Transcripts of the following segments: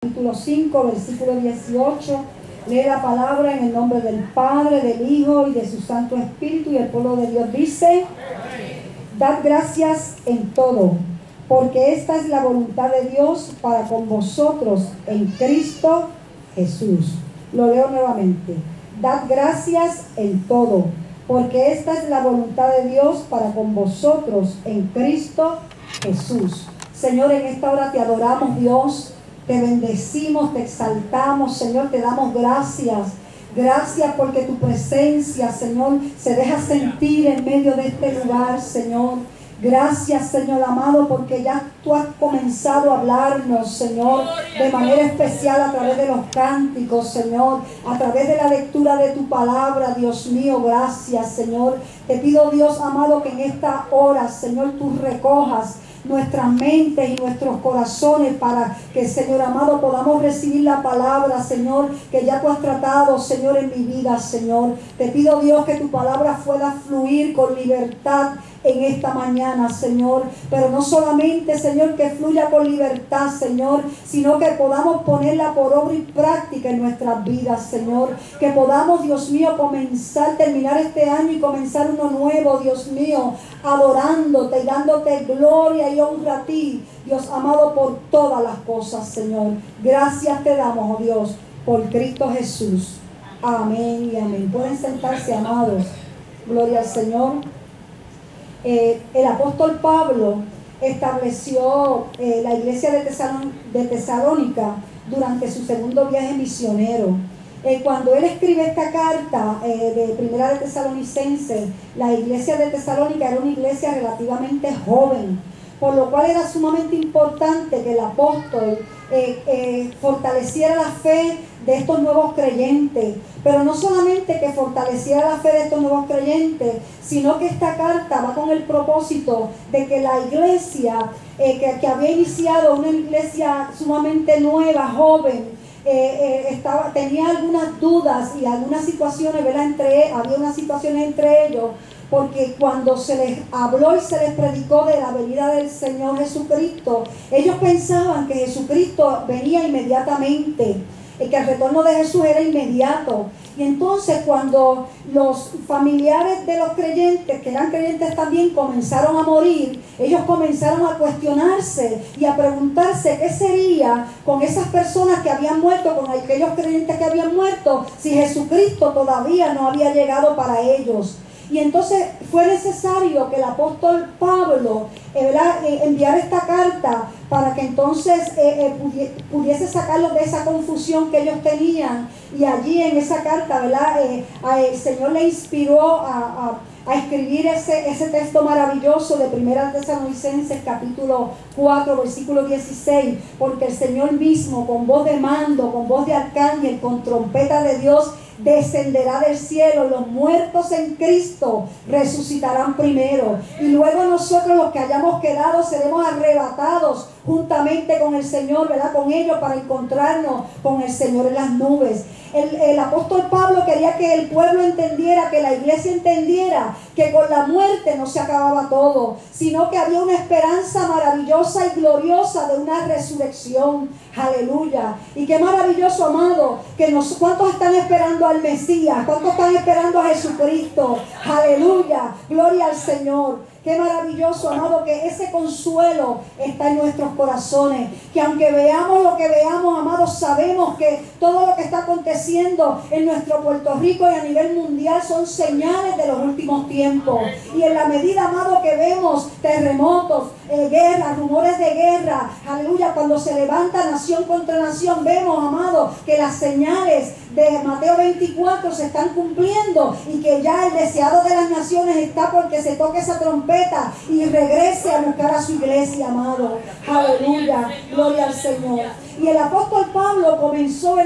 Capítulo 5, versículo 18. Lee la palabra en el nombre del Padre, del Hijo y de su Santo Espíritu. Y el pueblo de Dios dice: Dad gracias en todo, porque esta es la voluntad de Dios para con vosotros en Cristo Jesús. Lo leo nuevamente. Dad gracias en todo, porque esta es la voluntad de Dios para con vosotros en Cristo Jesús. Señor, en esta hora te adoramos, Dios. Te bendecimos, te exaltamos, Señor, te damos gracias. Gracias porque tu presencia, Señor, se deja sentir en medio de este lugar, Señor. Gracias, Señor amado, porque ya tú has comenzado a hablarnos, Señor, de manera especial a través de los cánticos, Señor, a través de la lectura de tu palabra, Dios mío. Gracias, Señor. Te pido, Dios amado, que en esta hora, Señor, tú recojas nuestras mentes y nuestros corazones para que, Señor amado, podamos recibir la palabra, Señor, que ya tú has tratado, Señor, en mi vida, Señor. Te pido, Dios, que tu palabra pueda fluir con libertad en esta mañana, Señor, pero no solamente, Señor, que fluya con libertad, Señor, sino que podamos ponerla por obra y práctica en nuestras vidas, Señor, que podamos, Dios mío, terminar este año y comenzar uno nuevo, Dios mío, adorándote y dándote gloria y honra a ti, Dios amado, por todas las cosas, Señor. Gracias te damos, oh Dios, por Cristo Jesús. Amén y amén. Pueden sentarse, amados. Gloria al Señor. El apóstol Pablo estableció la iglesia de Tesalónica durante su segundo viaje misionero. Cuando él escribe esta carta de Primera de Tesalonicenses, la iglesia de Tesalónica era una iglesia relativamente joven, por lo cual era sumamente importante que el apóstol fortaleciera la fe de estos nuevos creyentes, pero no solamente que fortaleciera la fe de estos nuevos creyentes, sino que esta carta va con el propósito de que la iglesia que había iniciado, una iglesia sumamente nueva, joven, tenía algunas dudas y algunas situaciones, ¿verdad? Había unas situaciones entre ellos, porque cuando se les habló y se les predicó de la venida del Señor Jesucristo, ellos pensaban que Jesucristo venía inmediatamente, que el retorno de Jesús era inmediato. Y entonces cuando los familiares de los creyentes, que eran creyentes también, comenzaron a morir, ellos comenzaron a cuestionarse y a preguntarse qué sería con esas personas que habían muerto, con aquellos creyentes que habían muerto, si Jesucristo todavía no había llegado para ellos. Y entonces fue necesario que el apóstol Pablo enviara esta carta para que entonces pudiese sacarlos de esa confusión que ellos tenían. Y allí en esa carta, ¿verdad? El Señor le inspiró a escribir ese texto maravilloso de Primera Tesalonicenses capítulo 4 versículo 16, porque el Señor mismo, con voz de mando, con voz de arcángel, con trompeta de Dios, descenderá del cielo, y los muertos en Cristo resucitarán primero, y luego nosotros, los que hayamos quedado, seremos arrebatados juntamente con el Señor, ¿verdad? Con ellos, para encontrarnos con el Señor en las nubes. El apóstol Pablo quería que el pueblo entendiera, que la iglesia entendiera que con la muerte no se acababa todo, sino que había una esperanza maravillosa y gloriosa de una resurrección. Aleluya. Y qué maravilloso, amado, ¿cuántos están esperando al Mesías? ¿Cuántos están esperando a Jesucristo? Aleluya. Gloria al Señor. Qué maravilloso, amado, que ese consuelo está en nuestros corazones. Que aunque veamos lo que veamos, amados, sabemos que todo lo que está aconteciendo en nuestro Puerto Rico y a nivel mundial son señales de los últimos tiempos. Y en la medida, amado, que vemos terremotos, guerras, rumores de guerra, aleluya, cuando se levanta nación contra nación, vemos, amado, que las señales de Mateo 24 se están cumpliendo y que ya el deseado de las naciones está porque se toque esa trompeta y regrese a buscar a su iglesia, amado. Aleluya, gloria al Señor. Y el apóstol Pablo comenzó,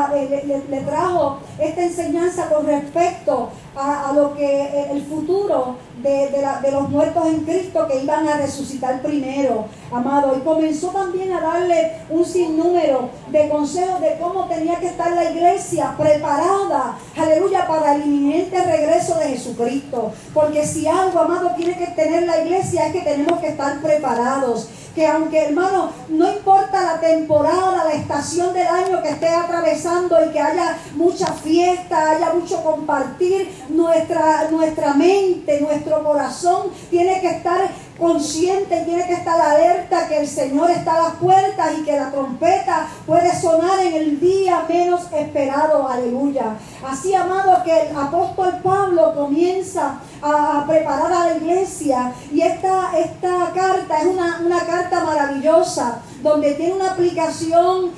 le trajo esta enseñanza con respecto a lo que el futuro de los muertos en Cristo, que iban a resucitar primero, amado. Y comenzó también a darle un sinnúmero de consejos de cómo tenía que estar la iglesia preparada, aleluya, para el inminente regreso de Jesucristo. Porque si algo, amado, tiene que tener la iglesia, es que tenemos que estar preparados. que aunque, hermano, no importa la temporada, la estación del año que esté atravesando y que haya mucha fiesta, haya mucho compartir, nuestra mente, nuestro corazón tiene que estar consciente, tiene que estar alerta que el Señor está a las puertas y que la trompeta puede sonar en el día menos esperado. Aleluya. Así, amado, que el apóstol Pablo comienza a preparar a la iglesia, y esta carta es una carta maravillosa donde tiene una aplicación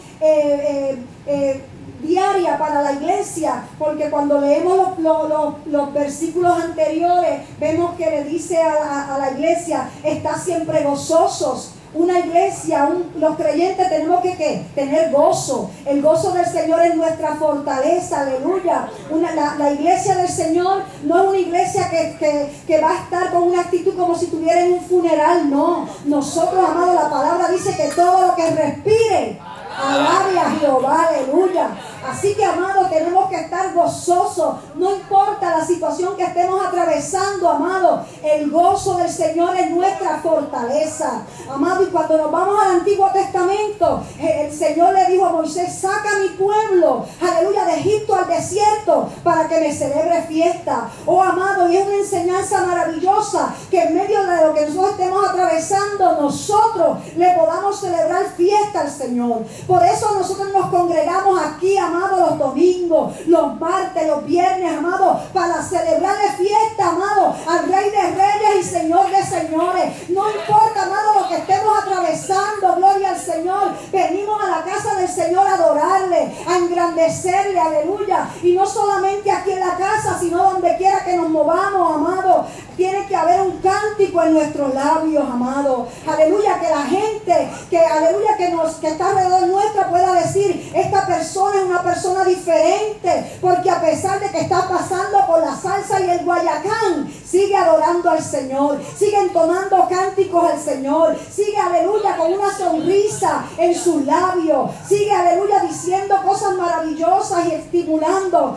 diaria para la iglesia, porque cuando leemos los versículos anteriores vemos que le dice a la iglesia: está siempre gozosos. Una iglesia, los creyentes tenemos que tener gozo. El gozo del Señor es nuestra fortaleza. Aleluya. La iglesia del Señor no es una iglesia que va a estar con una actitud como si tuviera en un funeral. No. Nosotros, amados, la palabra dice que todo lo que respire alabe a Jehová. Aleluya. Así que, amado, tenemos que estar gozosos. No importa la situación que estemos atravesando, amado, el gozo del Señor es nuestra fortaleza. Amado, y cuando nos vamos al Antiguo Testamento, el Señor le dijo a Moisés: saca a mi pueblo, aleluya, de Egipto al desierto para que me celebre fiesta. Oh, amado, y es una enseñanza maravillosa que en medio de lo que nosotros estemos atravesando, nosotros le podamos celebrar fiesta al Señor. Por eso nosotros nos congregamos aquí, amado, los domingos, los martes, los viernes, amado, para celebrarle fiesta, amado, al Rey de Reyes y Señor de Señores. No importa, amado, lo que estemos atravesando, gloria al Señor. Venimos a la casa del Señor a adorarle, a engrandecerle, aleluya. Y no solamente aquí en la casa, sino donde quiera que nos movamos, amado. Tiene que haber un cántico en nuestros labios, amado. Aleluya, que la gente, aleluya, que está alrededor nuestra pueda decir: esta persona es una persona diferente, porque a pesar de que está pasando por la salsa y el guayacán, sigue adorando al Señor, sigue entonando cánticos al Señor, sigue, aleluya, con una sonrisa en sus labios, sigue, aleluya, diciendo cosas maravillosas y estimulándonos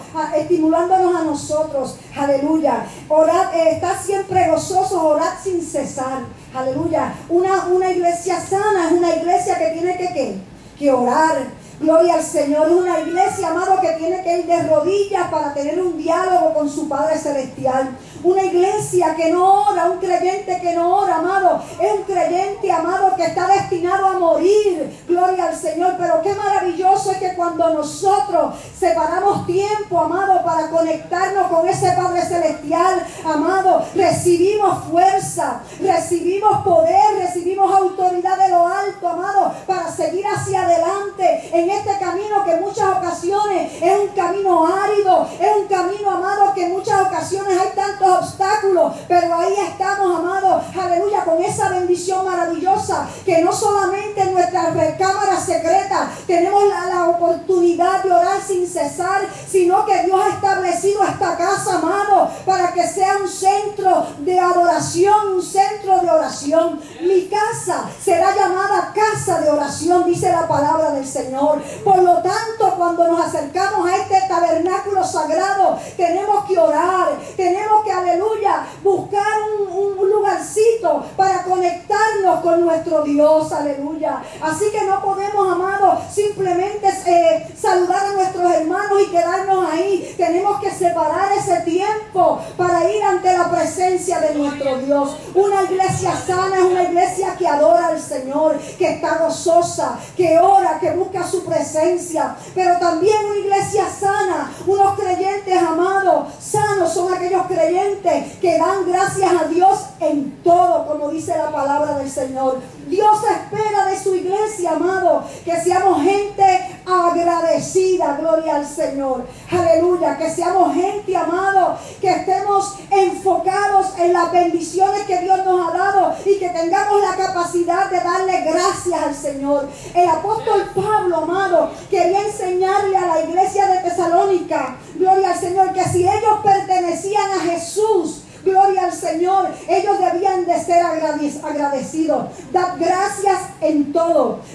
a nosotros. Aleluya. Orad, está siempre gozosos, orad sin cesar. Aleluya. Una iglesia sana es una iglesia que tiene que orar. Gloria al Señor. Es una iglesia, amado, que tiene que ir de rodillas para tener un diálogo con su Padre Celestial. Una iglesia que no ora, un creyente que no ora, amado, es un creyente, amado, que está destinado a morir. Gloria al Señor. Pero qué maravilloso es que cuando nosotros separamos tiempo, amado, para conectarnos con ese Padre Celestial, amado, recibimos fuerza, recibimos poder, recibimos autoridad de lo alto, amado, para seguir hacia adelante en este camino que en muchas ocasiones es un camino árido, es un camino, amado, que en muchas ocasiones hay tantos obstáculos, pero ahí estamos, amado, aleluya, con esa bendición maravillosa, que no solamente en nuestra recámara secreta tenemos la oportunidad de orar sin cesar, sino que Dios ha establecido esta casa, amado, para que sea un centro de adoración, un centro de oración. Mi casa será llamada casa de oración, dice la palabra del Señor. Por lo tanto, cuando nos acercamos a este tabernáculo sagrado, tenemos que orar, tenemos que, aleluya, buscar un lugarcito para conectarnos con nuestro Dios, aleluya. Así que no podemos, amados, simplemente saludar a nuestros hermanos y quedarnos ahí. Tenemos que separar ese tiempo para ir ante la presencia de nuestro Dios. Una iglesia sana es una iglesia que adora al Señor, que está gozosa, que ora, que busca su presencia. Pero también una iglesia sana, unos creyentes, amados, sanos, son aquellos creyentes que dan gracias a Dios en todo, como dice la palabra del Señor. Dios espera de su iglesia, amado, que seamos gente agradecida, gloria al Señor, aleluya, que seamos gente, amado, que estemos enfocados en las bendiciones que Dios nos ha dado y que tengamos la capacidad de darle gracias al Señor. El apóstol Pablo, amado, quería enseñarle a la iglesia de Tesalónica, gloria al Señor, que si ellos pertenecían a Jesús, gloria al Señor, ellos debían de ser agradecidos. Dad gracias en todo,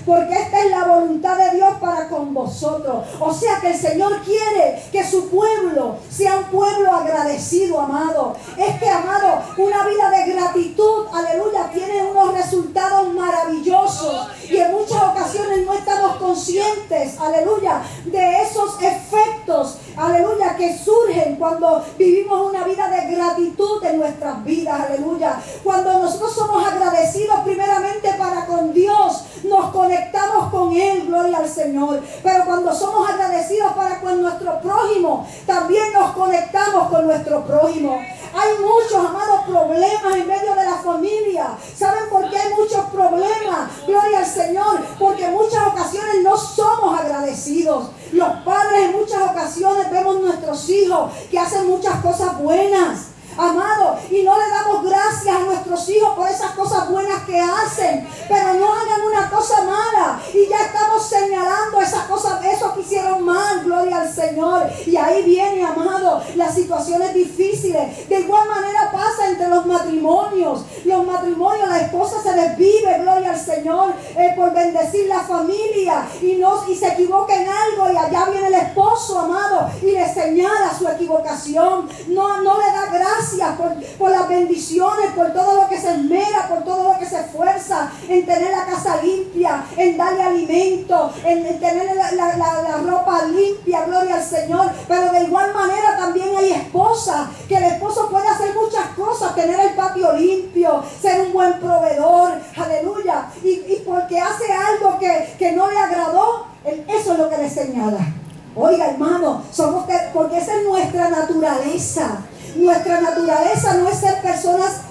porque esta es la voluntad de Dios para con vosotros. O sea que el Señor quiere que su pueblo sea un pueblo agradecido, amado. Es que, amado, una vida de gratitud, aleluya, tiene unos resultados maravillosos. Y en muchas ocasiones no estamos conscientes, aleluya, de esos efectos, aleluya, que surgen cuando vivimos una vida de gratitud en nuestras vidas, aleluya. Cuando nosotros somos agradecidos primeramente para con Dios, nos conectamos con Él, gloria al Señor. Pero cuando somos agradecidos para con nuestro prójimo, también nos conectamos con nuestro prójimo. Hay muchos, amados, problemas en medio de la familia. ¿Saben por qué hay muchos problemas? Gloria al Señor. Porque en muchas ocasiones no somos agradecidos. Los padres en muchas ocasiones vemos nuestros hijos que hacen muchas cosas buenas, amado, y no le damos gracias a nuestros hijos por esas cosas buenas que hacen, pero no hagan una cosa mala y ya estamos señalando esas cosas, eso que hicieron mal, gloria al Señor. Y ahí viene, amado, las situaciones difíciles. De igual manera pasa entre los matrimonios. Los matrimonios, la esposa se desvive, gloria al Señor, por bendecir la familia y se equivoca en algo, y allá viene el esposo, amado, y le señala su equivocación. No le da gracias por las bendiciones, por todo lo que se esmera, por todo lo que se esfuerza en tener la casa limpia, en darle alimento, en tener la ropa limpia, gloria al Señor. Pero de igual manera también hay esposas, que el esposo puede hacer muchas cosas, tener el patio limpio, ser un buen proveedor, aleluya, y porque hace algo que no le agradó, eso es lo que le señala. Oiga, hermano, porque esa es nuestra naturaleza. Nuestra naturaleza no es ser personas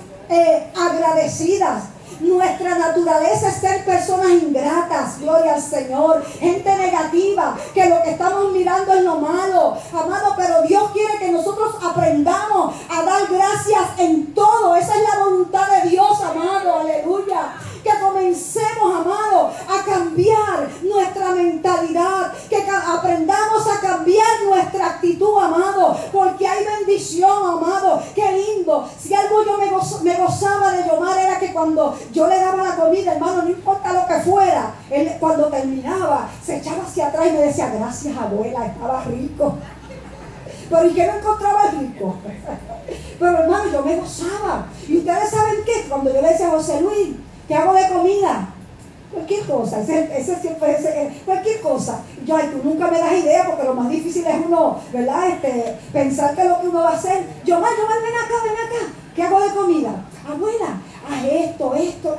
agradecidas. Nuestra naturaleza es ser personas ingratas, gloria al Señor, gente negativa, que lo que estamos mirando es lo malo, amado. Pero Dios quiere que nosotros aprendamos a dar gracias en todo. Esa es la voluntad de Dios, amado, aleluya. Que comencemos, amado, a cambiar nuestra mentalidad, que aprendamos a cambiar nuestra actitud, amado, porque hay bendición, amado. Qué lindo. Si algo yo me gozaba de Yomar era que cuando yo le daba la comida, hermano, no importa lo que fuera, él cuando terminaba se echaba hacia atrás y me decía: gracias, abuela, estaba rico. Pero ¿y qué no encontraba rico? Pero, hermano, yo me gozaba. Y ustedes saben qué, cuando yo le decía a José Luis: ¿qué hago de comida? Cualquier cosa, cualquier cosa. Yo: ay, tú nunca me das idea, porque lo más difícil es uno, ¿verdad? Pensar que es lo que uno va a hacer. Yo, ven acá. ¿Qué hago de comida? Abuela, haz esto.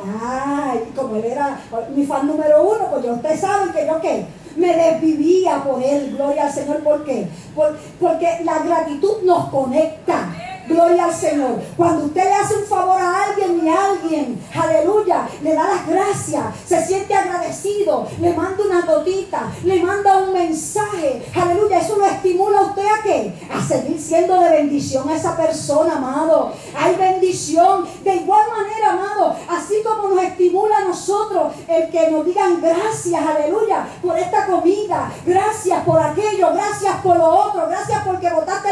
Ay, como él era mi fan número uno, pues ustedes saben que yo qué, me desvivía por él, gloria al Señor. ¿Por qué? Porque la gratitud nos conecta. Gloria al Señor. Cuando usted le hace un favor a alguien y alguien, aleluya, le da las gracias, se siente agradecido, le manda una notita, le manda un mensaje, aleluya, eso lo estimula a usted ¿a qué? A seguir siendo de bendición a esa persona, amado. Hay bendición. De igual manera, amado, así como nos estimula a nosotros el que nos digan gracias, aleluya, por esta comida, gracias por aquello, gracias por lo otro, gracias porque botaste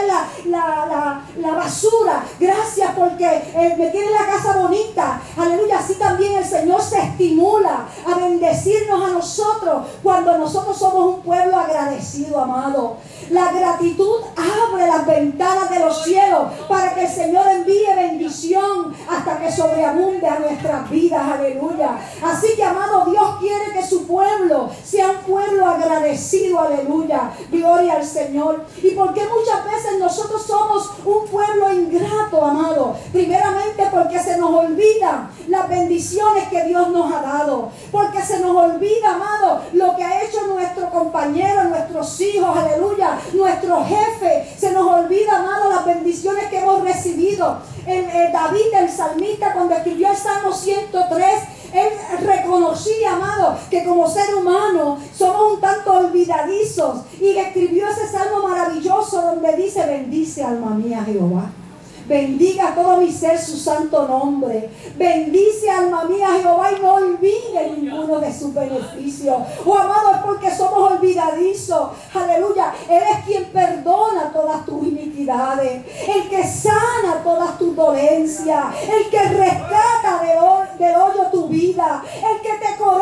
la basura, gracias porque me tienes la casa bonita, aleluya. Así también el Señor se estimula a bendecirnos a nosotros cuando nosotros somos un pueblo agradecido, amado. La gratitud abre las ventanas de los cielos para que el Señor envíe bendición hasta que sobreabunde a nuestras vidas, aleluya. Así que, amado, Dios quiere que su pueblo sea un pueblo agradecido, aleluya, gloria al Señor. ¿Y por qué muchas veces nosotros somos un pueblo ingrato, amado? Primeramente porque se nos olvida las bendiciones que Dios nos ha dado, porque se nos olvida, amado, lo que ha hecho nuestro compañero, nuestros hijos, aleluya, nuestro jefe. Se nos olvida, amado, las bendiciones que hemos recibido. David, el salmista, cuando escribió el Salmo 103, él reconocía, amado, que como ser humano somos un tanto olvidadizos, y escribió ese salmo maravilloso donde dice: bendice, alma mía, Jehová. Bendiga todo mi ser su santo nombre. Bendice, alma mía, Jehová, y no olvide ninguno de sus beneficios. Oh, amado, es porque somos olvidadizos. Aleluya. Él es quien perdona todas tus iniquidades, el que sana todas tus dolencias, el que rescata del hoyo tu vida, el que te corona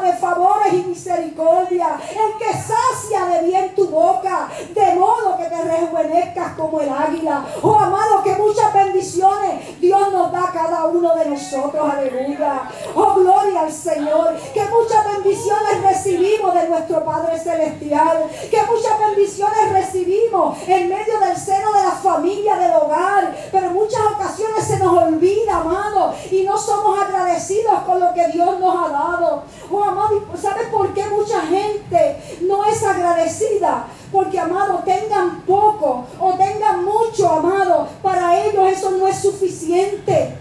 de favores y misericordia, el que sacia de bien tu boca, de modo que te rejuvenezcas como el águila. Oh, amado, que muchas bendiciones Dios nos da a cada uno de nosotros, aleluya. Oh, gloria al Señor, que muchas bendiciones recibimos de nuestro Padre Celestial, que muchas bendiciones recibimos en medio del seno de la familia, del hogar, pero en muchas ocasiones se nos olvida, amado, y no somos agradecidos con lo que Dios nos ha dado. Oh, amado, ¿sabes por qué mucha gente no es agradecida? Porque, amado, tengan poco o tengan mucho, amado, para ellos eso no es suficiente.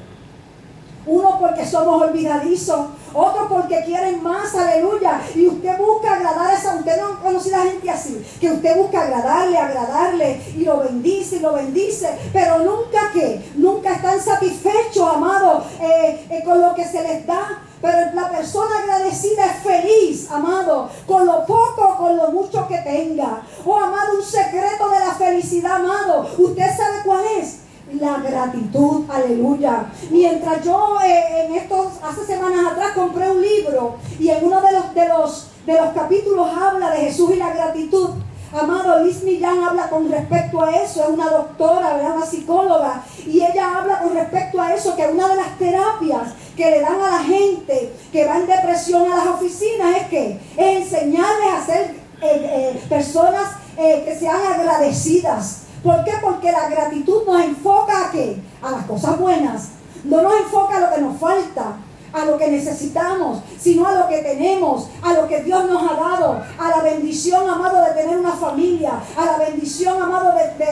Uno porque somos olvidadizos, otro porque quieren más, aleluya. Y usted busca agradar a esa, usted no ha conocido a gente así, que usted busca agradarle, y lo bendice, pero nunca nunca están satisfechos, amado, con lo que se les da. Pero la persona agradecida es feliz, amado, con lo poco, con lo mucho que tenga. Oh, amado, un secreto de la felicidad, amado, ¿usted sabe cuál es? La gratitud, aleluya. Mientras yo hace semanas atrás compré un libro y en uno de los capítulos habla de Jesús y la gratitud. Amado, Liz Millán habla con respecto a eso, es una doctora, ¿verdad? Una psicóloga, y ella habla con respecto a eso, que una de las terapias que le dan a la gente que va en depresión a las oficinas es enseñarles a ser personas que sean agradecidas. ¿Por qué? Porque la gratitud nos enfoca ¿a qué? A las cosas buenas. No nos enfoca a lo que nos falta, a lo que necesitamos, sino a lo que tenemos, a lo que Dios nos ha dado, a la bendición, amado, de tener una familia, a la bendición, amado,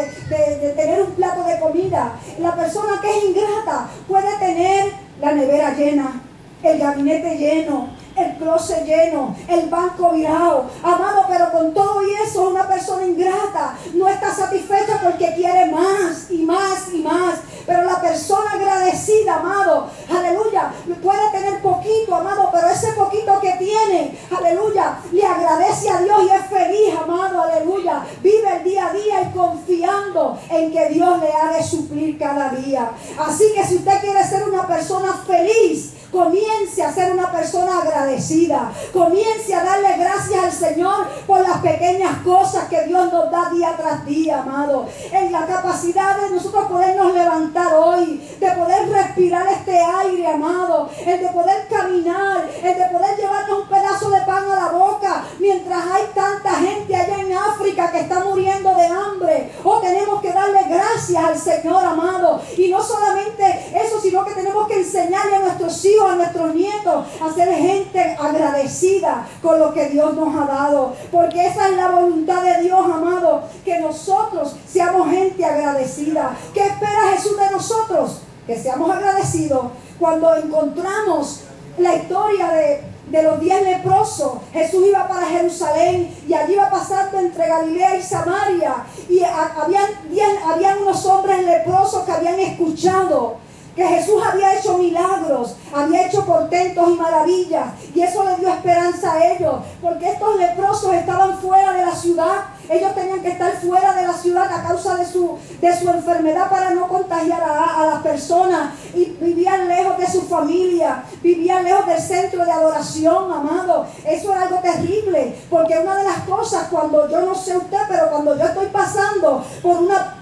de tener un plato de comida. La persona que es ingrata puede tener la nevera llena, el gabinete lleno, el closet lleno, el banco virado, amado, pero con todo y eso una persona ingrata no está satisfecha porque quiere más y más y más. Pero la persona agradecida, amado, aleluya, puede tener poquito, amado, pero ese poquito que tiene, aleluya, le agradece a Dios y es feliz, amado, aleluya. Vive el día a día y confiando en que Dios le ha de suplir cada día. Así que si usted quiere ser una persona feliz, comience a ser una persona agradecida. Comience a darle gracias al Señor por las pequeñas cosas que Dios nos da día tras día, amado. En la capacidad de nosotros podernos levantar hoy, de poder respirar este aire, amado, el de poder caminar, el de poder llevarnos un pedazo de pan a la boca, mientras hay tanta gente allá en África que está muriendo de hambre. Oh, tenemos que darle gracias al Señor, amado. Y no solamente eso, sino que tenemos que enseñarle a nuestros hijos, a nuestros nietos, a ser gente agradecida con lo que Dios nos ha dado, porque esa es la voluntad de Dios, amado, que nosotros seamos gente agradecida. ¿Qué espera Jesús de nosotros? Que seamos agradecidos. Cuando encontramos la historia de los 10 leprosos, Jesús iba para Jerusalén y allí iba pasando entre Galilea y Samaria, y habían unos hombres leprosos que habían escuchado que Jesús había hecho milagros, había hecho portentos y maravillas, y eso le dio esperanza a ellos, porque estos leprosos estaban fuera de la ciudad. Ellos tenían que estar fuera de la ciudad a causa de su enfermedad para no contagiar a las personas, y vivían lejos de su familia, vivían lejos del centro de adoración, amado. Eso era algo terrible, porque una de las cosas, cuando yo no sé usted, pero cuando yo estoy pasando por una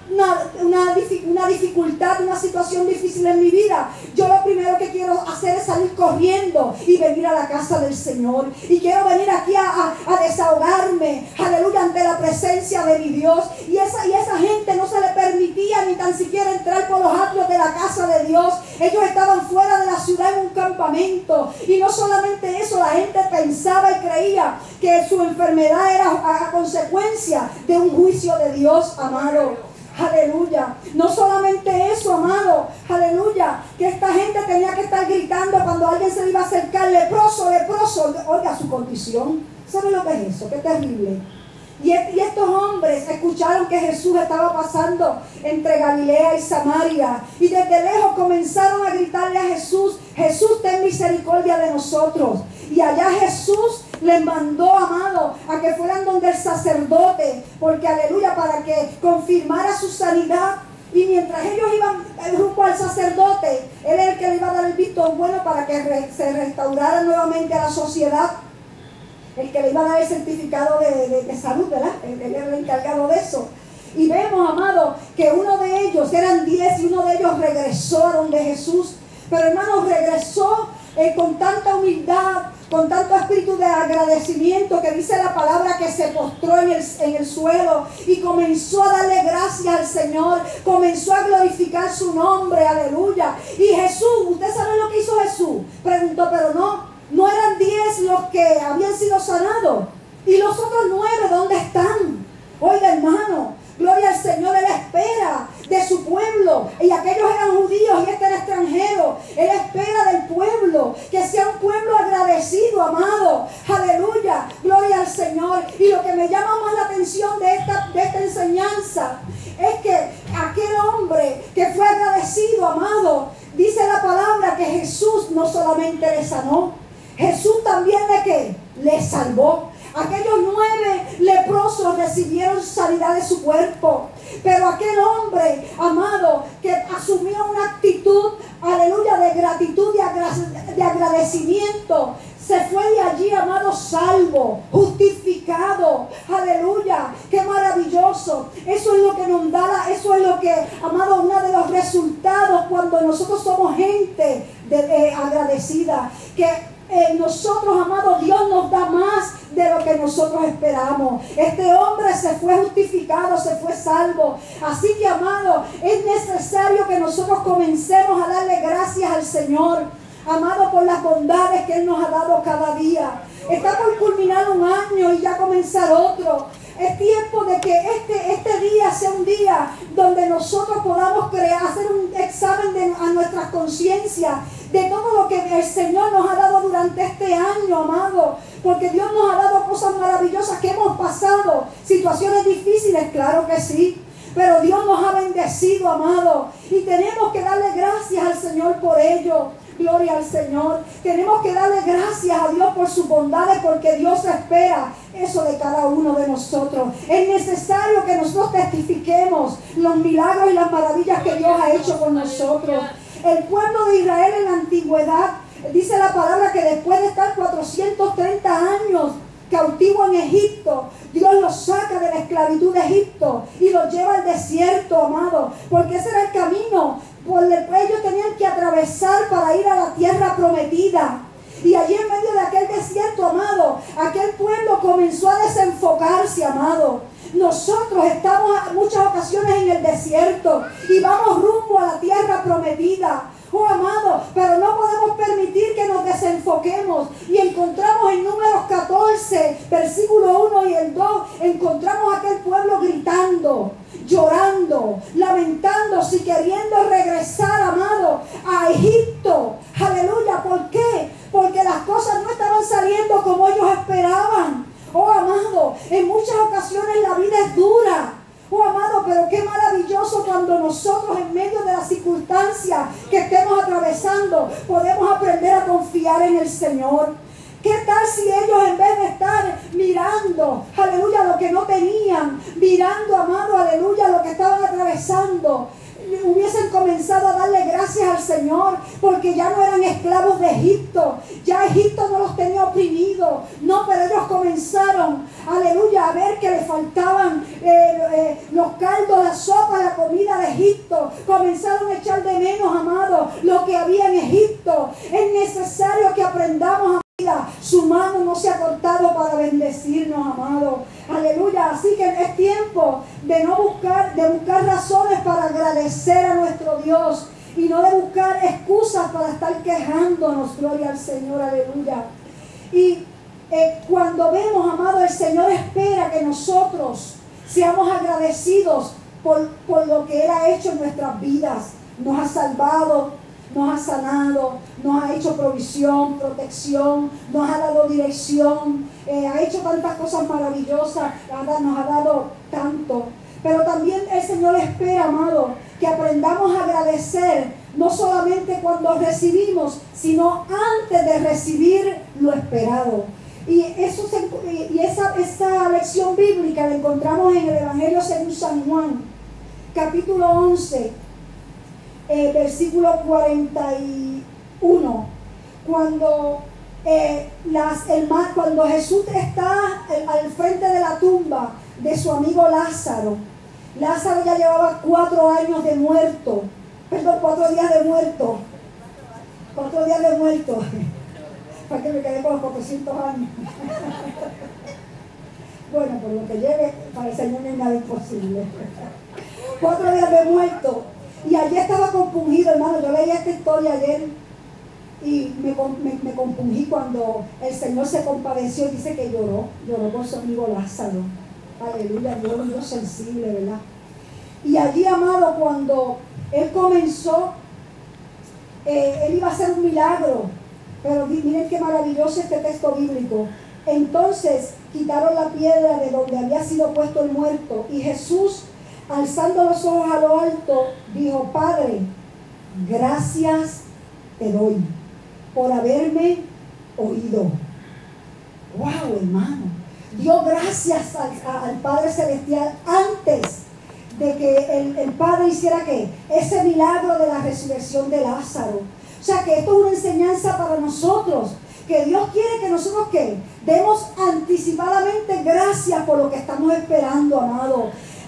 dificultad, una situación difícil en mi vida, yo lo primero que quiero hacer es salir corriendo y venir a la casa del Señor, y quiero venir aquí a desahogarme, aleluya, ante la presencia de mi Dios. Y esa gente no se le permitía ni tan siquiera entrar por los atrios de la casa de Dios. Ellos estaban fuera de la ciudad en un campamento, y no solamente eso, la gente pensaba y creía que su enfermedad era a consecuencia de un juicio de Dios, amado. Aleluya. No solamente eso, amado, aleluya, que esta gente tenía que estar gritando cuando alguien se le iba a acercar: leproso, leproso. Oiga su condición. ¿Sabe lo que es eso? Qué terrible. Y estos hombres escucharon que Jesús estaba pasando entre Galilea y Samaria, y desde lejos comenzaron a gritarle a Jesús: Jesús, ten misericordia de nosotros. Y allá Jesús les mandó, amado, a que fueran donde el sacerdote, porque aleluya, para que confirmara su sanidad. Y mientras ellos iban rumbo al sacerdote, él era el que le iba a dar el visto bueno para que se restaurara nuevamente a la sociedad. el que le iba a dar el certificado de salud, ¿verdad? Él era el encargado de eso. Y vemos, amado, que uno de ellos, eran 10, y uno de ellos regresó a donde Jesús. Pero hermanos, regresó con tanta humildad, con tanto espíritu de agradecimiento, que dice la palabra que se postró en el suelo y comenzó a darle gracias al Señor, comenzó a glorificar su nombre, aleluya. Y Jesús, ¿usted sabe lo que hizo Jesús? Preguntó, pero no eran 10 los que habían sido sanados, y los otros 9, ¿dónde están? Oiga, hermano, gloria al Señor. Él espera de su pueblo, y aquellos eran judíos y este era extranjero. Él espera del pueblo que sea un pueblo agradecido, amado, aleluya, gloria al Señor. Y lo que me llama más la atención de esta enseñanza es que aquel hombre que fue agradecido, amado, dice la palabra que Jesús no solamente le sanó, Jesús también le salvó. Aquellos 9 leprosos recibieron sanidad de su cuerpo, pero aquel hombre, amado, que asumió una actitud, aleluya, de gratitud, de agradecimiento, se fue de allí, amado, salvo, justificado, aleluya, qué maravilloso. Eso es lo que nos da, eso es lo que, amado, uno de los resultados cuando nosotros somos gente agradecida, que nosotros, amado, Dios nos da más de lo que nosotros esperamos. Este hombre se fue justificado, se fue salvo. Así que, amado, es necesario que nosotros comencemos a darle gracias al Señor, amado, por las bondades que Él nos ha dado cada día. Está por culminar un año y ya comenzar otro. Es tiempo de que este día sea un día donde nosotros podamos hacer un examen a nuestras conciencias de todo lo que el Señor nos ha dado durante este año, amado. Porque Dios nos ha dado cosas maravillosas que hemos pasado. Situaciones difíciles, claro que sí. Pero Dios nos ha bendecido, amado. Y tenemos que darle gracias al Señor por ello. Gloria al Señor. Tenemos que darle gracias a Dios por sus bondades, porque Dios espera eso de cada uno de nosotros. Es necesario que nosotros testifiquemos los milagros y las maravillas que Dios ha hecho con nosotros. El pueblo de Israel en la antigüedad, dice la palabra que después de estar 430 años cautivo en Egipto, Dios los saca de la esclavitud de Egipto y los lleva al desierto, amado, porque ese era el camino por el que ellos tenían que atravesar para ir a la tierra prometida. Y allí en medio de aquel desierto, amado, aquel pueblo comenzó a desenfocarse, amado. Nosotros estamos en muchas ocasiones en el desierto y vamos rumbo a la tierra prometida. Oh, amado, pero no podemos permitir que nos desenfoquemos. Y encontramos en Números 14, versículo 1 y el 2, encontramos a aquel pueblo gritando, llorando, lamentándose y queriendo regresar, amado, a Egipto. Aleluya, ¿por qué? Porque las cosas no estaban saliendo como ellos esperaban. Oh, amado, en muchas ocasiones la vida es dura. Oh, amado, pero qué maravilloso cuando nosotros en medio de las circunstancias que estemos atravesando podemos aprender a confiar en el Señor. ¿Qué tal si ellos, en vez de estar mirando, aleluya, lo que no tenían, mirando, amado, aleluya, lo que estaban atravesando, hubiesen comenzado a darle gracias al Señor, porque ya no eran esclavos de Egipto, ya Egipto no los tenía oprimidos? No, pero ellos comenzaron, aleluya, a ver que les faltaban los caldos, la sopa, la comida de Egipto. Comenzaron a echar de menos, amado, lo que había en Egipto. Es necesario que aprendamos a su mano no se ha cortado para bendecirnos, amado. Aleluya. Así que es tiempo de buscar razones para agradecer a nuestro Dios y no de buscar excusas para estar quejándonos. Gloria al Señor. Aleluya. Y cuando vemos, amado, el Señor espera que nosotros seamos agradecidos por lo que Él ha hecho en nuestras vidas. Nos ha salvado, nos ha sanado, nos ha hecho provisión, protección, nos ha dado dirección, ha hecho tantas cosas maravillosas, nos ha dado tanto. Pero también el Señor espera, amado, que aprendamos a agradecer, no solamente cuando recibimos, sino antes de recibir lo esperado. Y esa lección bíblica la encontramos en el Evangelio según San Juan, capítulo 11, versículo 41, cuando cuando Jesús está al frente de la tumba de su amigo Lázaro, Lázaro ya llevaba 4 años de muerto, perdón, 4 días de muerto, 4 días de muerto, para que me quedé con los 400 años. Bueno, por lo que lleve, para el Señor no hay nada imposible. 4 días de muerto, y allí estaba compungido, hermano. Yo leí esta historia ayer y me compungí cuando el Señor se compadeció y dice que lloró por su amigo Lázaro. Aleluya, Dios sensible, ¿verdad? Y allí, amado, cuando él comenzó, él iba a hacer un milagro, pero miren qué maravilloso este texto bíblico. Entonces quitaron la piedra de donde había sido puesto el muerto, y Jesús, alzando los ojos a lo alto, dijo: Padre, gracias te doy por haberme oído. ¡Wow, hermano! Dio gracias al Padre Celestial antes de que el Padre hiciera ¿qué? Ese milagro de la resurrección de Lázaro. O sea que esto es una enseñanza para nosotros, que Dios quiere que nosotros ¿qué? Demos anticipadamente gracias por lo que estamos esperando, amado.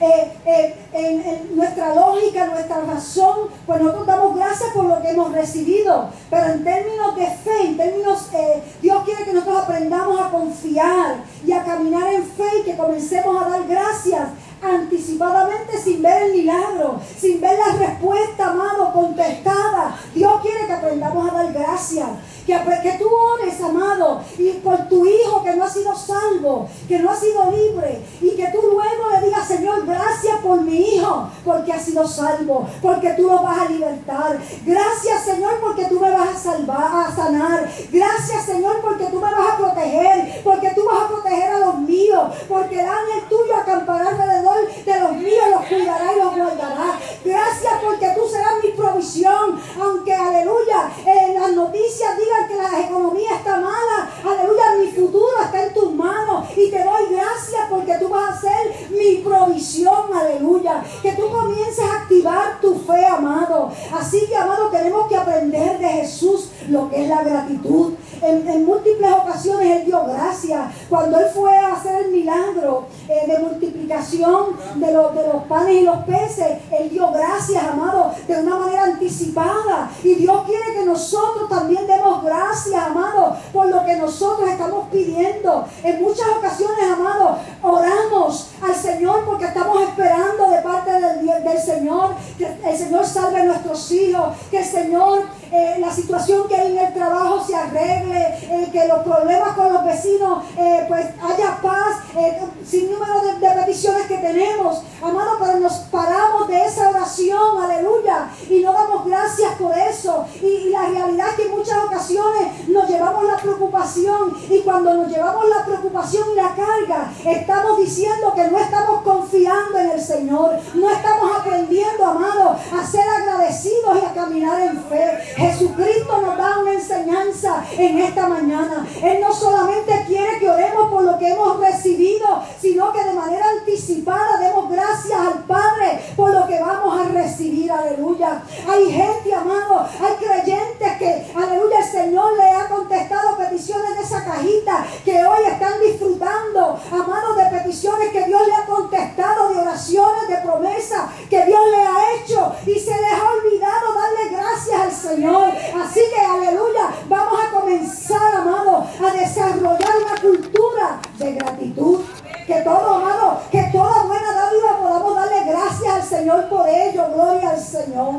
En nuestra lógica, nuestra razón, pues nosotros damos gracias por lo que hemos recibido, pero en términos de fe, en términos, Dios quiere que nosotros aprendamos a confiar y a caminar en fe, y que comencemos a dar gracias anticipadamente, sin ver el milagro, sin ver la respuesta, amado, contestada. Dios quiere que aprendamos a dar gracias. Que tú ores, amado, y por tu hijo que no ha sido salvo, que no ha sido libre, y que tú luego le digas: Señor, gracias por mi hijo, porque ha sido salvo, porque tú lo vas a libertar. Gracias, Señor, porque tú me vas a salvar, a sanar. Gracias, Señor, porque tú me vas a proteger, porque tú vas a proteger a los míos, porque el ángel tuyo acampará alrededor de los míos, los cuidará y los guardará. Gracias porque tú serás mi provisión, aunque, aleluya, las noticias digan que la economía está mala. Aleluya, mi futuro está en tus manos, y te doy gracias porque tú vas a ser mi provisión. Aleluya, que tú comiences a activar tu fe, amado. Así que, amado, tenemos que aprender de Jesús lo que es la gratitud. En múltiples ocasiones Él dio gracias. Cuando Él fue a hacer el milagro de multiplicación de los panes y los peces, Él dio gracias, amado, de una manera anticipada. Y Dios quiere que nosotros también demos gracias, amado, por lo que nosotros estamos pidiendo. En muchas ocasiones, amado, oramos al Señor porque estamos esperando de parte del Señor que el Señor salve a nuestros hijos, que el Señor, la situación que hay en el trabajo se arregle, que los problemas con los vecinos, pues haya paz, sin número de peticiones que tenemos, amado, pero nos paramos de esa oración, aleluya, y no damos gracias por eso. Y la realidad es que en muchas ocasiones nos llevamos la preocupación, y cuando nos llevamos la preocupación y la carga, estamos diciendo que no estamos confiando en el Señor, no estamos aprendiendo, amado, a ser agradecidos y a caminar en fe. Jesucristo nos da una enseñanza en esta mañana. Él no solamente quiere que oremos por lo que hemos recibido, sino que de manera anticipada demos gracias al Padre por lo que vamos a recibir. Aleluya. Hay gente, amado, hay creyentes que, aleluya, el Señor le ha contestado peticiones de esa cajita, que hoy están disfrutando, amado, de peticiones que Dios le ha contestado, de oraciones, de promesas que Dios le ha hecho, y se les ha olvidado darle gracias al Señor. Así que, aleluya, vamos a comenzar, amado, a desarrollar una cultura de gratitud. Que todo, amado, que toda buena dádiva podamos darle gracias al Señor por ello. Gloria al Señor.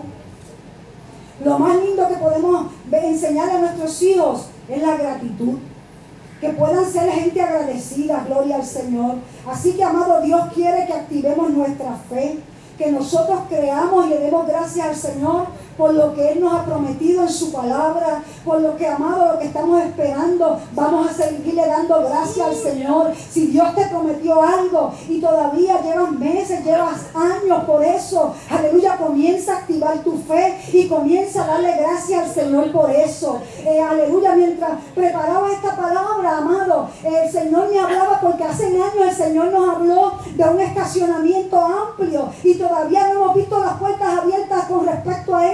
Lo más lindo que podemos enseñar a nuestros hijos es la gratitud. Que puedan ser gente agradecida. Gloria al Señor. Así que, amado, Dios quiere que activemos nuestra fe, que nosotros creamos y le demos gracias al Señor por lo que Él nos ha prometido en su palabra, por lo que, amado, lo que estamos esperando. Vamos a seguirle dando gracias al Señor. Si Dios te prometió algo y todavía llevas meses, llevas años por eso, aleluya, comienza a activar tu fe y comienza a darle gracias al Señor por eso. Aleluya, mientras preparaba esta palabra, amado, el Señor me hablaba, porque hace años el Señor nos habló de un estacionamiento amplio y todavía no hemos visto las puertas abiertas con respecto a eso.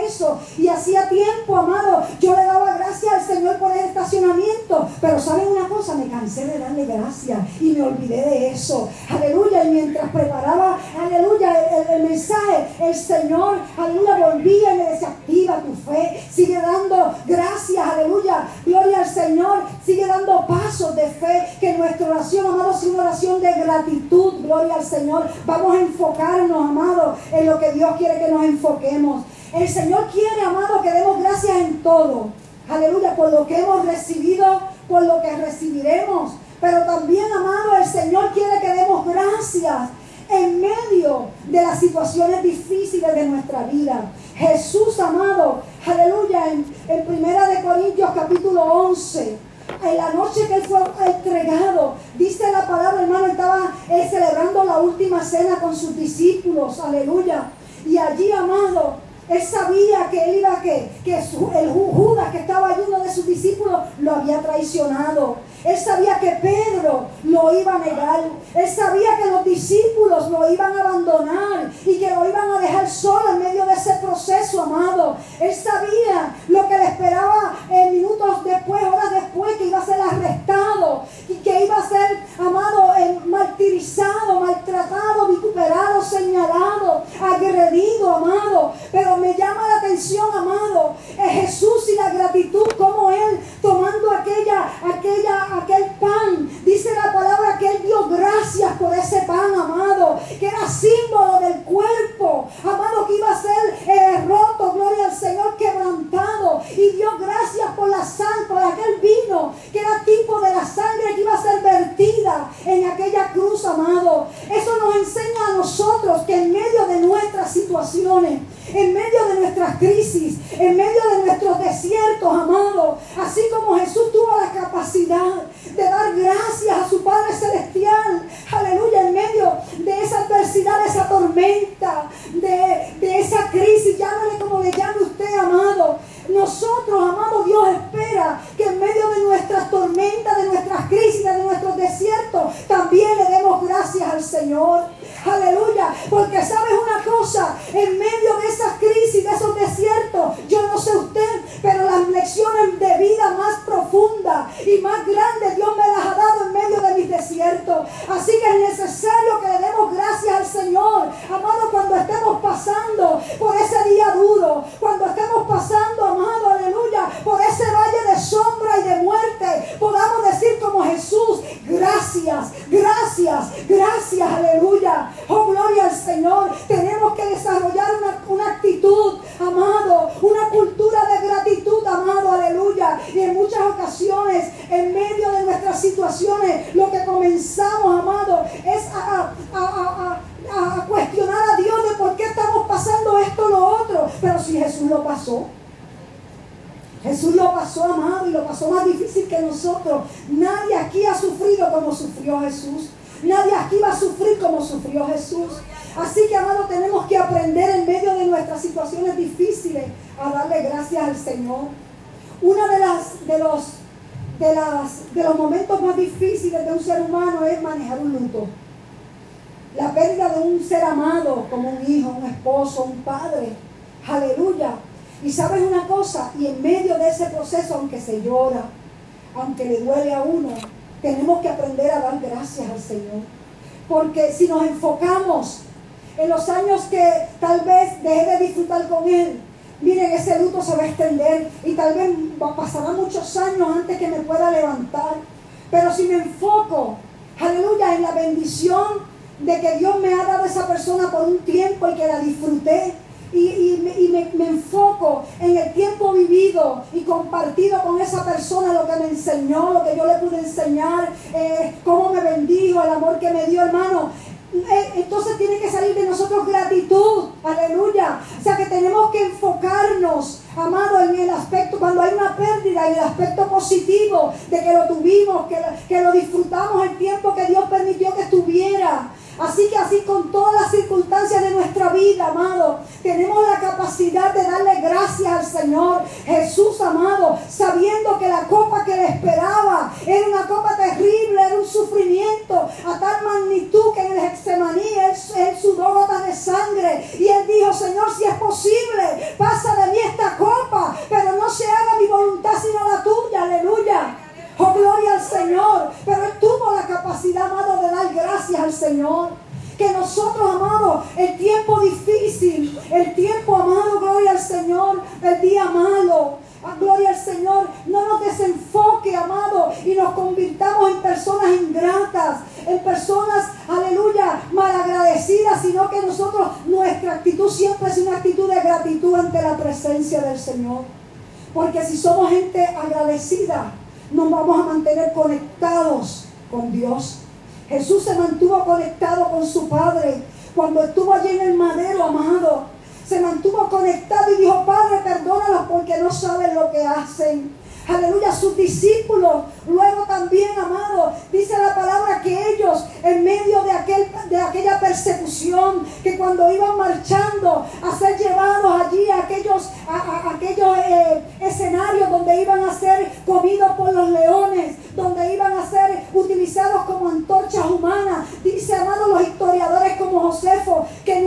eso. Y hacía tiempo, amado, yo le daba gracias al Señor por el estacionamiento. Pero ¿saben una cosa? Me cansé de darle gracias y me olvidé de eso. Aleluya. Y mientras preparaba, aleluya, el mensaje, el Señor, aleluya, volvía y me decía: activa tu fe, sigue dando gracias, aleluya, gloria al Señor, sigue dando pasos de fe. Que nuestra oración, amado, sea una oración de gratitud, gloria al Señor. Vamos a enfocarnos, amado, en lo que Dios quiere que nos enfoquemos. El Señor quiere, amado, que demos gracias en todo, aleluya, por lo que hemos recibido, por lo que recibiremos. Pero también, amado, el Señor quiere que demos gracias en medio de las situaciones difíciles de nuestra vida. Jesús, amado, aleluya, en 1 Corintios capítulo 11, en la noche que Él fue entregado, dice la palabra, hermano, estaba celebrando la última cena con sus discípulos, aleluya. Y allí, amado, Él sabía que Él iba el Judas, que estaba allí, uno de sus discípulos, lo había traicionado. Él sabía que Pedro lo iba a negar. Él sabía que los discípulos lo iban a abandonar y que lo iban a dejar solo en medio de ese proceso, amado. Él sabía lo que le esperaba minutos después, horas después, que iba a ser arrestado y que iba a ser, amado, martirizado, maltratado, vituperado, señalado, agredido, amado. Pero me llama la atención, amado, Jesús y la gratitud, como Él, tomando aquel pan, dice la palabra que Él dio gracias por ese pan, amado, que era símbolo del cuerpo, amado, que iba a ser roto, gloria al Señor, quebrantado, y dio gracias por la sangre, por aquel vino, que era tipo de la sangre que iba a ser vertida en aquella cruz, amado. Eso nos enseña a nosotros que en medio de nuestras situaciones, en medio de nuestras crisis, en medio de nuestros desiertos, amado, así como Jesús tuvo la capacidad de dar gracias a su Padre Celestial, aleluya, en medio de esa adversidad, de esa tormenta, de esa crisis, llámale como le llame usted, amado. Nosotros, amado, Dios espera que en medio de nuestras tormentas, de nuestras crisis, de nuestros desiertos, también le demos gracias al Señor. Aleluya, porque sabes una cosa, en medio de esas crisis, de esos desiertos, yo no sé usted, pero las lecciones de vida más profundas y más grandes Dios me las ha dado en medio de mis desiertos. Así que es necesario que le demos gracias al Señor, amado, cuando estemos pasando por ese día duro, cuando estemos pasando, amado, aleluya, por ese valle de sombra y de muerte, podamos decir como Jesús: gracias, gracias, gracias, aleluya. Oh, gloria al Señor. Tenemos que desarrollar una actitud, amado, una cultura de gratitud, amado, aleluya. Y en muchas ocasiones, en medio de nuestras situaciones, lo que comenzamos, amado, es a cuestionar a Dios de por qué estamos pasando esto o lo otro. Pero si Jesús lo pasó, Jesús lo pasó, amado, y lo pasó más difícil que nosotros. Nadie aquí ha sufrido como sufrió Jesús. Nadie aquí va a sufrir como sufrió Jesús. Así que, amado, tenemos que aprender en medio de nuestras situaciones difíciles a darle gracias al Señor. Uno de los momentos más difíciles de un ser humano es manejar un luto. La pérdida de un ser amado, como un hijo, un esposo, un padre. Aleluya. Y sabes una cosa, y en medio de ese proceso, aunque se llora, aunque le duele a uno, tenemos que aprender a dar gracias al Señor. Porque si nos enfocamos en los años que tal vez dejé de disfrutar con Él, miren, ese luto se va a extender y tal vez pasará muchos años antes que me pueda levantar. Pero si me enfoco, aleluya, en la bendición de que Dios me ha dado a esa persona por un tiempo y que la disfruté, y me enfoco en el tiempo vivido y compartido con esa persona, lo que me enseñó, lo que yo le pude enseñar, cómo me bendijo, el amor que me dio, hermano. Entonces tiene que salir de nosotros gratitud, aleluya. O sea que tenemos que enfocarnos, amado, en el aspecto, cuando hay una pérdida, en el aspecto positivo de que lo tuvimos, que lo disfrutamos el tiempo que Dios permitió que estuviera. Así que así con todas las circunstancias de nuestra vida, amado, tenemos la capacidad de darle gracias al Señor. Jesús, amado, sabiendo que la copa que le esperaba era una copa terrible, era un sufrimiento a tal magnitud que en el Getsemaní él sudó gotas de sangre y él dijo: Señor, si es posible, pasa de mí que nosotros, amado, el tiempo difícil, el tiempo, amado, gloria al Señor, el día malo, gloria al Señor, no nos desenfoque, amado, y nos convirtamos en personas ingratas, en personas, aleluya, malagradecidas, sino que nosotros, nuestra actitud siempre es una actitud de gratitud ante la presencia del Señor. Porque si somos gente agradecida, nos vamos a mantener conectados con Dios. Jesús se mantuvo conectado con su Padre cuando estuvo allí en el madero, amado. Se mantuvo conectado y dijo: Padre, perdónalos porque no saben lo que hacen. Aleluya, sus discípulos, luego también, amado, dice la palabra que ellos, en medio de aquella persecución, que cuando iban marchando a ser llevados allí a aquellos escenarios donde iban a ser comidos por los leones, donde iban a ser utilizados como antorchas humanas, dice, amado, los historiadores como Josefo, que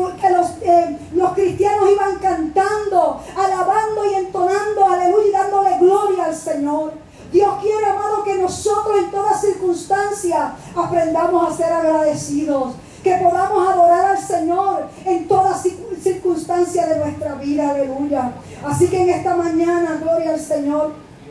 los cristianos iban cantando, alabando y entonando, aleluya, y dándole gloria al Señor. Dios quiere, amado, que nosotros en toda circunstancia aprendamos a ser agradecidos, que podamos adorar al Señor en toda circunstancia de nuestra vida, aleluya. Así que en esta mañana, gloria al Señor,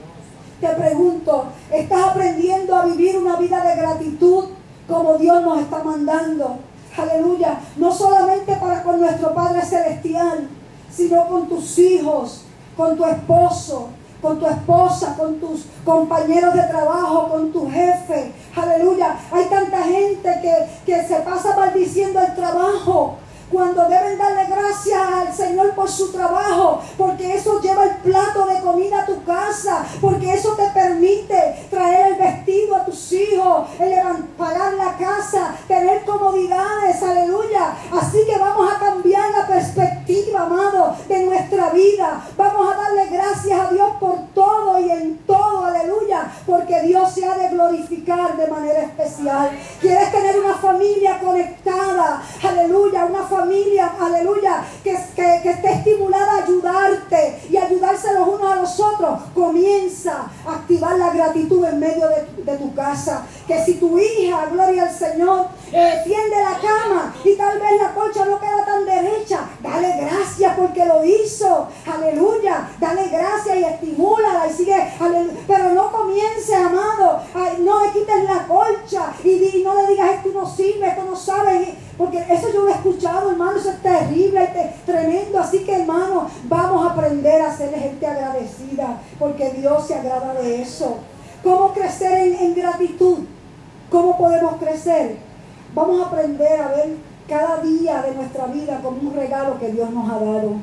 te pregunto, ¿estás aprendiendo a vivir una vida de gratitud como Dios nos está mandando? Aleluya, no solamente para con nuestro Padre Celestial, sino con tus hijos, con tu esposo, con tu esposa, con tus compañeros de trabajo, con tu jefe. Aleluya, hay tanta gente que se pasa maldiciendo el trabajo, cuando deben darle gracias al Señor por su trabajo, porque eso lleva el plato de comida a tu casa, porque eso te permite traer el vestido a tus hijos, pagar la casa, tener comodidades, aleluya. Así que vamos a cambiar la perspectiva, amado, de nuestra vida. Vamos a darle gracias a Dios por todo y en todo, aleluya, porque Dios se ha de glorificar de manera especial. ¿Quieres tener una familia conectada? Aleluya, una familia, aleluya, que esté estimulada a ayudarte y ayudarse los unos a los otros. Comienza a activar la gratitud en medio de tu casa. Que si tu hija, gloria al Señor, tiende la cama y tal vez la colcha no queda tan derecha, dale gracias porque lo hizo, aleluya, dale gracias y estimúlala y sigue, aleluya. Pero no comiences, amado, no le quites la colcha y no le digas: esto no sirve, esto no sabe, porque eso yo lo he escuchado, hermano, eso es terrible, tremendo. Así que, hermano, vamos a aprender a ser gente agradecida, porque Dios se agrada de eso. ¿Cómo crecer en gratitud? ¿Cómo podemos crecer? Vamos a aprender a ver cada día de nuestra vida como un regalo que Dios nos ha dado.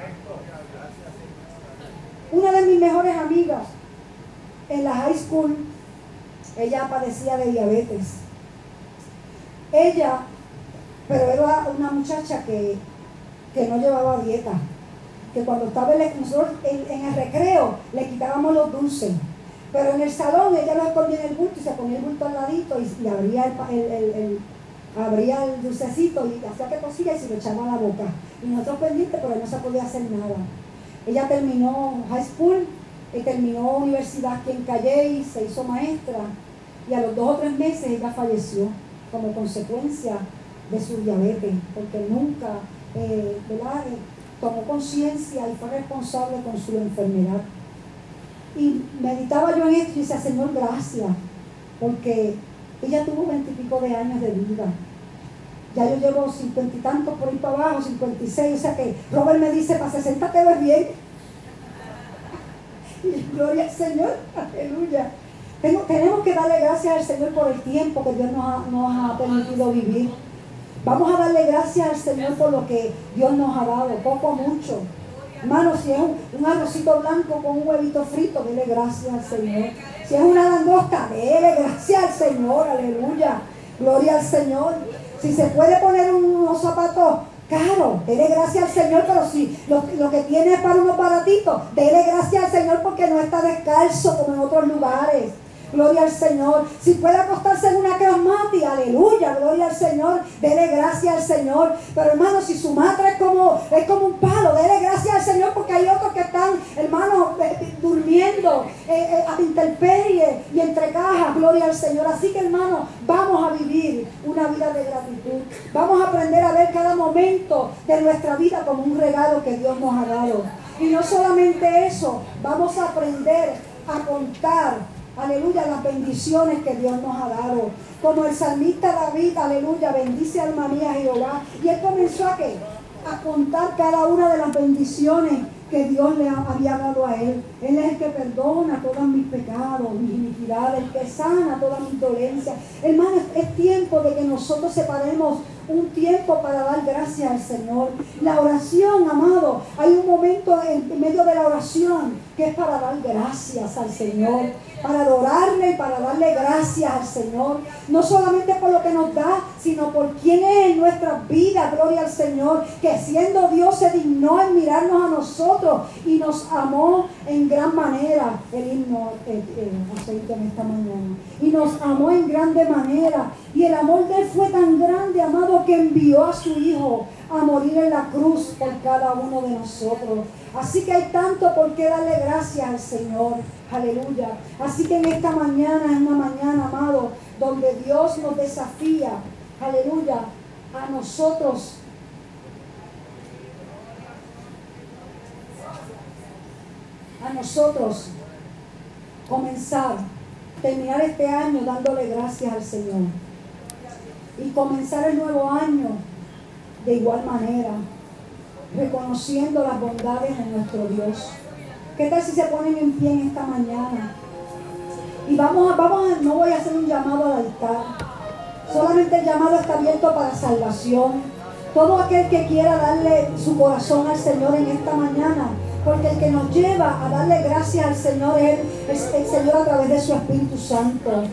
Una de mis mejores amigas en la high school, ella padecía de diabetes. Pero era una muchacha que no llevaba dieta, que cuando estaba nosotros en el recreo le quitábamos los dulces, pero en el salón ella los escondía en el bulto y se ponía el bulto al ladito y abría el dulcecito y hacía que cosía y se lo echaba a la boca. Y nosotros pendientes, pero no se podía hacer nada. Ella terminó high school, terminó universidad aquí en Calle, se hizo maestra y a los 2 o 3 meses ella falleció como consecuencia de su diabetes, porque nunca tomó conciencia y fue responsable con su enfermedad. Y meditaba yo en esto y decía: Señor, gracias, porque ella tuvo 20 y pico de años de vida. Ya yo llevo 50 y tantos por ahí para abajo, 56, o sea que Robert me dice: para 60 te ves bien. Y gloria al Señor, aleluya. Tenemos que darle gracias al Señor por el tiempo que Dios nos ha permitido vivir. Vamos a darle gracias al Señor por lo que Dios nos ha dado, poco o mucho. Hermano, si es un arrocito blanco con un huevito frito, dele gracias al Señor. Si es una langosta, dele gracias al Señor, aleluya. Gloria al Señor. Si se puede poner unos zapatos caros, dele gracias al Señor. Pero si lo que tiene es para unos baratitos, dele gracias al Señor porque no está descalzo como en otros lugares. gloria al Señor. Si puede acostarse en una clamati, aleluya, gloria al Señor, dele gracias al Señor. Pero hermano, si su madre es como un palo, dele gracias al Señor, porque hay otros que están, hermano, durmiendo a intemperie y entre cajas, gloria al Señor. Así que hermano, vamos a vivir una vida de gratitud. Vamos a aprender a ver cada momento de nuestra vida como un regalo que Dios nos ha dado. Y no solamente eso, vamos a aprender a contar, aleluya, las bendiciones que Dios nos ha dado. Como el salmista David, aleluya, bendice alma mía Jehová. Y él comenzó a contar cada una de las bendiciones que Dios le había dado a él. Él es el que perdona todos mis pecados, mis iniquidades, el que sana todas mis dolencias. Hermanos, es tiempo de que nosotros separemos un tiempo para dar gracias al Señor. La oración, amado, hay un momento en medio de la oración que es para dar gracias al Señor, para adorarle y para darle gracias al Señor, no solamente por lo que nos da, sino por quién es en nuestras vidas, gloria al Señor, que siendo Dios se dignó en mirarnos a nosotros y nos amó en gran manera. El himno aceite en esta mañana, y nos amó en grande manera, y el amor de él fue tan grande, amado, que envió a su Hijo a morir en la cruz por cada uno de nosotros. Así que hay tanto por qué darle gracias al Señor, aleluya. Así que en esta mañana es una mañana, amado, donde Dios nos desafía, aleluya, a nosotros terminar este año dándole gracias al Señor y comenzar el nuevo año de igual manera, reconociendo las bondades de nuestro Dios. ¿Qué tal si se ponen en pie en esta mañana? Y no voy a hacer un llamado al altar, solamente el llamado está abierto para salvación. Todo aquel que quiera darle su corazón al Señor en esta mañana, porque el que nos lleva a darle gracias al Señor es el Señor a través de su Espíritu Santo.